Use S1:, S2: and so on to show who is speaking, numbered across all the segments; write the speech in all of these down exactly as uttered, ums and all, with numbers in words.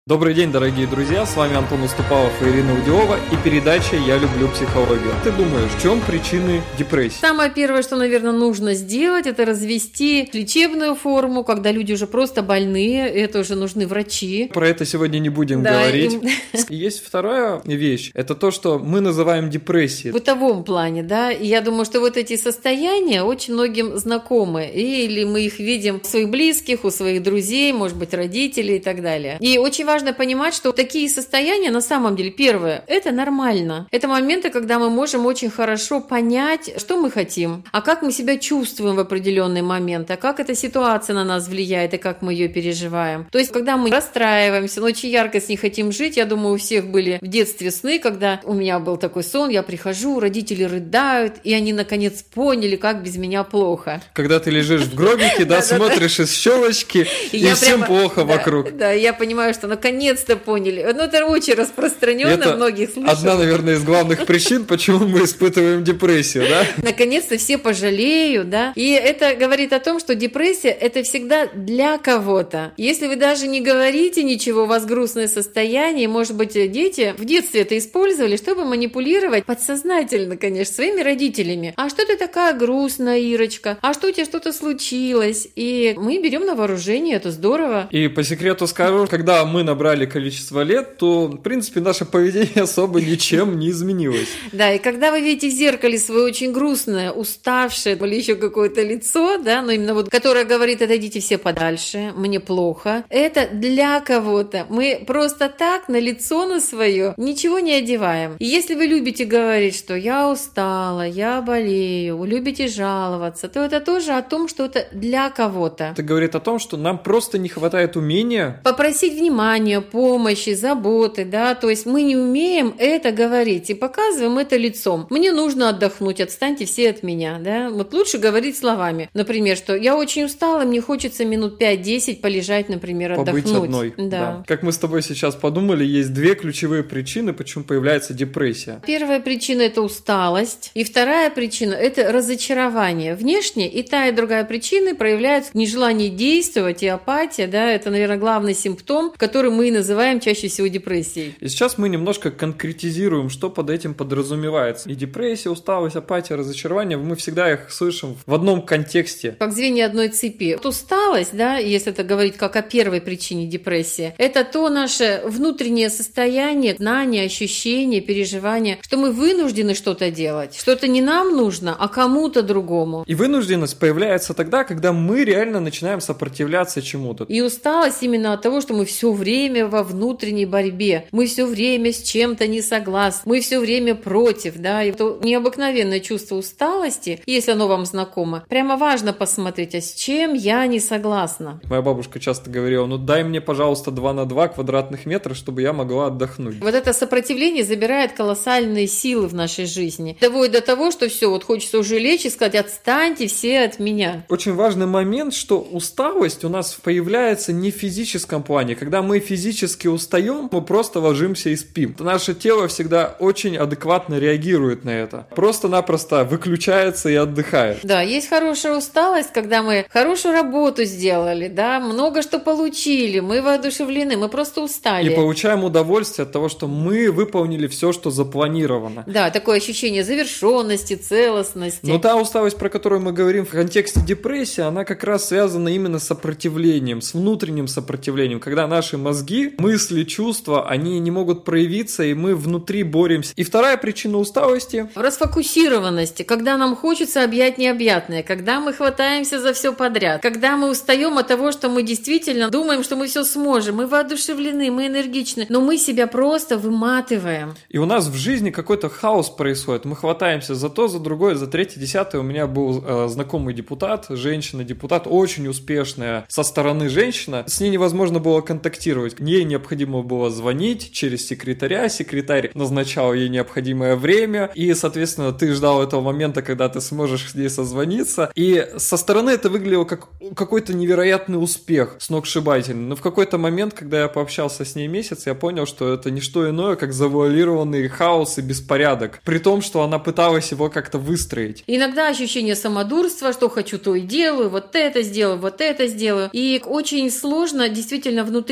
S1: Добрый день, дорогие друзья, с вами Антон Уступалов и Ирина Удилова и передача «Я люблю психологию». Ты думаешь, в чем причины депрессии?
S2: Самое первое, что, наверное, нужно сделать, это развести лечебную форму, когда люди уже просто больные, это уже нужны врачи.
S1: Про это сегодня не будем
S2: да,
S1: говорить.
S2: Им...
S1: Есть вторая вещь, это то, что мы называем депрессией.
S2: В бытовом плане, да, и я думаю, что вот эти состояния очень многим знакомы, или мы их видим у своих близких, у своих друзей, может быть, родителей и так далее. И очень важно Важно понимать, что такие состояния, на самом деле, первое, это нормально. Это моменты, когда мы можем очень хорошо понять, что мы хотим, а как мы себя чувствуем в определенный момент, а как эта ситуация на нас влияет, и как мы ее переживаем. То есть, когда мы расстраиваемся, но очень ярко с ней хотим жить, я думаю, у всех были в детстве сны, когда у меня был такой сон, я прихожу, родители рыдают, и они, наконец, поняли, как без меня плохо.
S1: Когда ты лежишь в гробике, да, смотришь из щелочки, и всем плохо вокруг.
S2: Да, я понимаю, что наконец-то поняли. Ну, это очень распространенно
S1: это
S2: в многих случаях.
S1: Одна, наверное, из главных причин, почему мы испытываем депрессию, да?
S2: Наконец-то все пожалеют, да? И это говорит о том, что депрессия – это всегда для кого-то. Если вы даже не говорите ничего, у вас грустное состояние, может быть, дети в детстве это использовали, чтобы манипулировать подсознательно, конечно, своими родителями. А что ты такая грустная, Ирочка? А что у тебя что-то случилось? И мы берем на вооружение, это здорово.
S1: И по секрету скажу, когда мы набрали количество лет, то, в принципе, наше поведение особо ничем не изменилось.
S2: Да, и когда вы видите в зеркале свое очень грустное, уставшее или еще какое-то лицо, да, но именно вот, которое говорит, отойдите все подальше, мне плохо, это для кого-то. Мы просто так на лицо на свое ничего не одеваем. И если вы любите говорить, что я устала, я болею, вы любите жаловаться, то это тоже о том, что это для кого-то.
S1: Это говорит о том, что нам просто не хватает умения
S2: попросить внимания, помощи, заботы, да, то есть мы не умеем это говорить и показываем это лицом. Мне нужно отдохнуть, отстаньте все от меня, да, вот лучше говорить словами, например, что я очень устала, мне хочется минут пять-десять полежать, например, отдохнуть.
S1: Побыть одной,
S2: да.
S1: да. Как мы с тобой сейчас подумали, есть две ключевые причины, почему появляется депрессия.
S2: Первая причина – это усталость, и вторая причина – это разочарование. Внешне и та, и другая причина проявляются нежелание действовать и апатия, да, это, наверное, главный симптом, который мы и называем чаще всего депрессией.
S1: И сейчас мы немножко конкретизируем, что под этим подразумевается. И депрессия, усталость, апатия, разочарование, мы всегда их слышим в одном контексте.
S2: Как звенья одной цепи. Вот усталость, да, если это говорить как о первой причине депрессии, это то наше внутреннее состояние, знание, ощущение, переживание, что мы вынуждены что-то делать, что это не нам нужно, а кому-то другому.
S1: И вынужденность появляется тогда, когда мы реально начинаем сопротивляться чему-то.
S2: И усталость именно от того, что мы все время во внутренней борьбе. Мы все время с чем-то не согласны. Мы все время против, да. И это необыкновенное чувство усталости, если оно вам знакомо. Прямо важно посмотреть, а с чем я не согласна.
S1: Моя бабушка часто говорила, ну дай мне, пожалуйста, два на два квадратных метра, чтобы я могла отдохнуть.
S2: Вот это сопротивление забирает колоссальные силы в нашей жизни. Доводит до того, что все, вот хочется уже лечь и сказать, отстаньте все от меня.
S1: Очень важный момент, что усталость у нас появляется не в физическом плане. Когда мы физически устаем, мы просто ложимся и спим. Наше тело всегда очень адекватно реагирует на это. Просто-напросто выключается и отдыхает.
S2: Да, есть хорошая усталость, когда мы хорошую работу сделали, да, много что получили, мы воодушевлены, мы просто устали.
S1: И получаем удовольствие от того, что мы выполнили все, что запланировано.
S2: Да, такое ощущение завершенности, целостности.
S1: Но та усталость, про которую мы говорим в контексте депрессии, она как раз связана именно с сопротивлением, с внутренним сопротивлением, когда наши мозги, мысли, чувства, они не могут проявиться, и мы внутри боремся. И вторая причина усталости –
S2: в расфокусированности, когда нам хочется объять необъятное, когда мы хватаемся за все подряд, когда мы устаем от того, что мы действительно думаем, что мы все сможем, мы воодушевлены, мы энергичны, но мы себя просто выматываем.
S1: И у нас в жизни какой-то хаос происходит. Мы хватаемся за то, за другое, за третье, десятое. У меня был э, знакомый депутат, женщина-депутат, очень успешная со стороны женщина. С ней невозможно было контактировать. Ей необходимо было звонить через секретаря. Секретарь назначал ей необходимое время. И, соответственно, ты ждал этого момента, когда ты сможешь с ней созвониться. И со стороны это выглядело как какой-то невероятный успех, сногсшибательный. Но в какой-то момент, когда я пообщался с ней месяц, я понял, что это не что иное, как завуалированный хаос и беспорядок. При том, что она пыталась его как-то выстроить.
S2: Иногда ощущение самодурства, что хочу, то и делаю, вот это сделаю, вот это сделаю. И очень сложно действительно внутри себя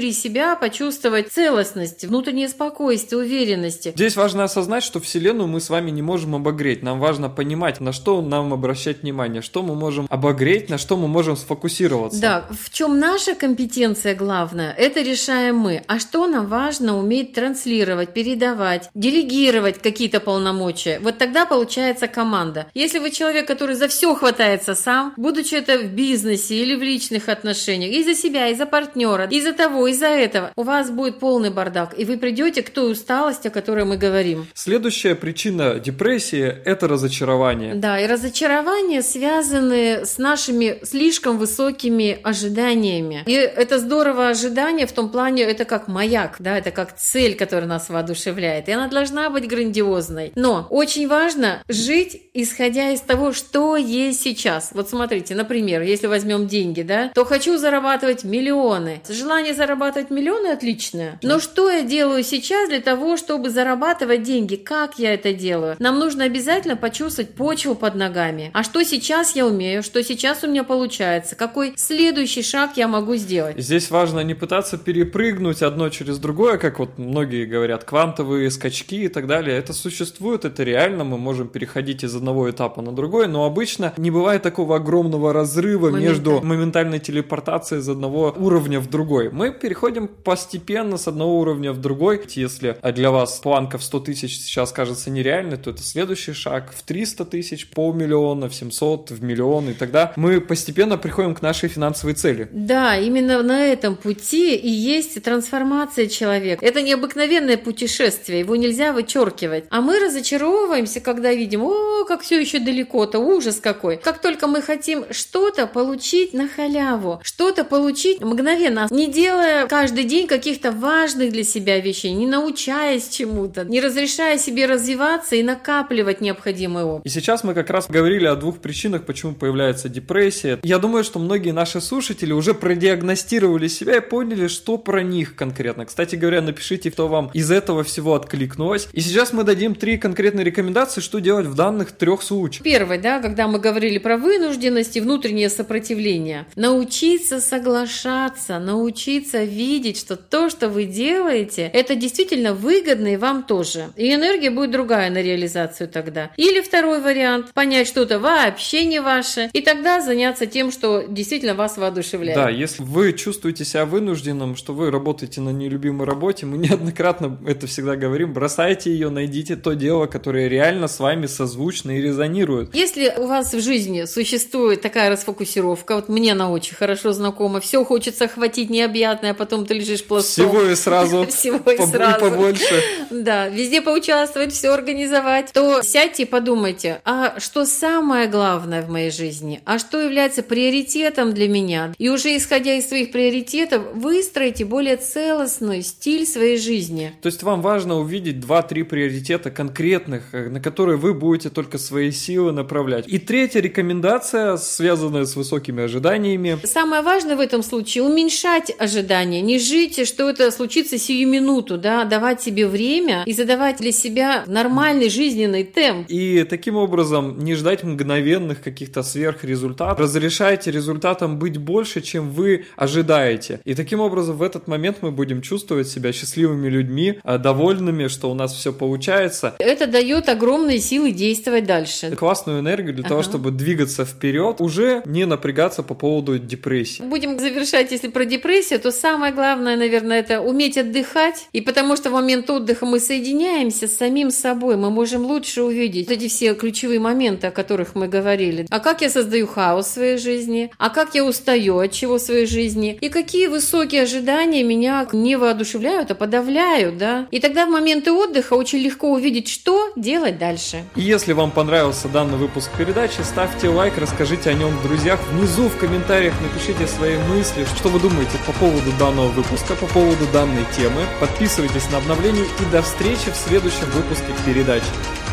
S2: себя почувствовать целостность, внутреннее спокойствие, уверенности.
S1: Здесь важно осознать, что Вселенную мы с вами не можем обогреть. Нам важно понимать, на что нам обращать внимание, что мы можем обогреть, на что мы можем сфокусироваться.
S2: Да, в чем наша компетенция главная, это решаем мы. А что нам важно уметь транслировать, передавать, делегировать какие-то полномочия. Вот тогда получается команда. Если вы человек, который за все хватается сам, будучи это в бизнесе или в личных отношениях, и за себя, и за партнера, и за того, и за этого, у вас будет полный бардак, и вы придете к той усталости, о которой мы говорим.
S1: Следующая причина депрессии – это разочарование.
S2: Да, и разочарования связаны с нашими слишком высокими ожиданиями. И это здорово ожидание в том плане, это как маяк, да, это как цель, которая нас воодушевляет, и она должна быть грандиозной. Но очень важно жить, исходя из того, что есть сейчас. Вот смотрите, например, если возьмем деньги, да, то хочу зарабатывать миллионы. Желание зарабатывать миллионы отличное. Но что я делаю сейчас для того, чтобы зарабатывать деньги? Как я это делаю? Нам нужно обязательно почувствовать почву под ногами. А что сейчас я умею? Что сейчас у меня получается? Какой следующий шаг я могу сделать?
S1: Здесь важно не пытаться перепрыгнуть одно через другое, как вот многие говорят, квантовые скачки и так далее. Это существует, это реально, мы можем переходить из одного этапа на другой, но обычно не бывает такого огромного разрыва Моментально. между моментальной телепортацией из одного уровня в другой. Мы переходим постепенно с одного уровня в другой. Если для вас планка в сто тысяч сейчас кажется нереальной, то это следующий шаг в триста тысяч, полмиллиона, в семьсот, в миллион, и тогда мы постепенно приходим к нашей финансовой цели.
S2: Да, именно на этом пути и есть трансформация человека. Это необыкновенное путешествие, его нельзя вычеркивать. А мы разочаровываемся, когда видим, о, как все еще далеко-то, ужас какой. Как только мы хотим что-то получить на халяву, что-то получить мгновенно, не делая каждый день каких-то важных для себя вещей, не научаясь чему-то, не разрешая себе развиваться и накапливать необходимый опыт.
S1: И сейчас мы как раз говорили о двух причинах, почему появляется депрессия. Я думаю, что многие наши слушатели уже продиагностировали себя и поняли, что про них конкретно. Кстати говоря, напишите, кто вам из этого всего откликнулось. И сейчас мы дадим три конкретные рекомендации, что делать в данных трех случаях.
S2: Первый, да, когда мы говорили про вынужденность и внутреннее сопротивление. Научиться соглашаться, научиться видеть, что то, что вы делаете, это действительно выгодно и вам тоже. И энергия будет другая на реализацию тогда. Или второй вариант, понять, что это вообще не ваше, и тогда заняться тем, что действительно вас воодушевляет.
S1: Да, если вы чувствуете себя вынужденным, что вы работаете на нелюбимой работе, мы неоднократно это всегда говорим, бросайте ее, найдите то дело, которое реально с вами созвучно и резонирует.
S2: Если у вас в жизни существует такая расфокусировка, вот мне она очень хорошо знакома, все хочется охватить необъятное, а потом ты лежишь пластом.
S1: Всего и сразу.
S2: Всего и сразу.
S1: Побольше.
S2: Да, везде поучаствовать, все организовать. То сядьте и подумайте, а что самое главное в моей жизни? А что является приоритетом для меня? И уже исходя из своих приоритетов, выстроите более целостный стиль своей жизни.
S1: То есть вам важно увидеть два-три приоритета конкретных, на которые вы будете только свои силы направлять. И третья рекомендация, связанная с высокими ожиданиями.
S2: Самое важное в этом случае уменьшать ожидания, не жить, что это случится сию минуту, да, давать себе время и задавать для себя нормальный жизненный темп.
S1: И таким образом не ждать мгновенных каких-то сверхрезультатов. Разрешайте результатам быть больше, чем вы ожидаете. И таким образом в этот момент мы будем чувствовать себя счастливыми людьми, довольными, что у нас все получается.
S2: Это дает огромные силы действовать дальше.
S1: Классную энергию для ага. того, чтобы двигаться вперед, уже не напрягаться по поводу депрессии.
S2: Будем завершать, если про депрессию, то самое главное, наверное, это уметь отдыхать. И потому что в момент отдыха мы соединяемся с самим собой, мы можем лучше увидеть эти все ключевые моменты, о которых мы говорили. А как я создаю хаос в своей жизни? А как я устаю от чего в своей жизни? И какие высокие ожидания меня не воодушевляют, а подавляют, да? И тогда в моменты отдыха очень легко увидеть, что делать дальше.
S1: И если вам понравился данный выпуск передачи, ставьте лайк, расскажите о нем в друзьях. Внизу в комментариях напишите свои мысли, что вы думаете по поводу данного выпуска, по поводу данной темы. Подписывайтесь на обновления и до встречи в следующем выпуске передачи.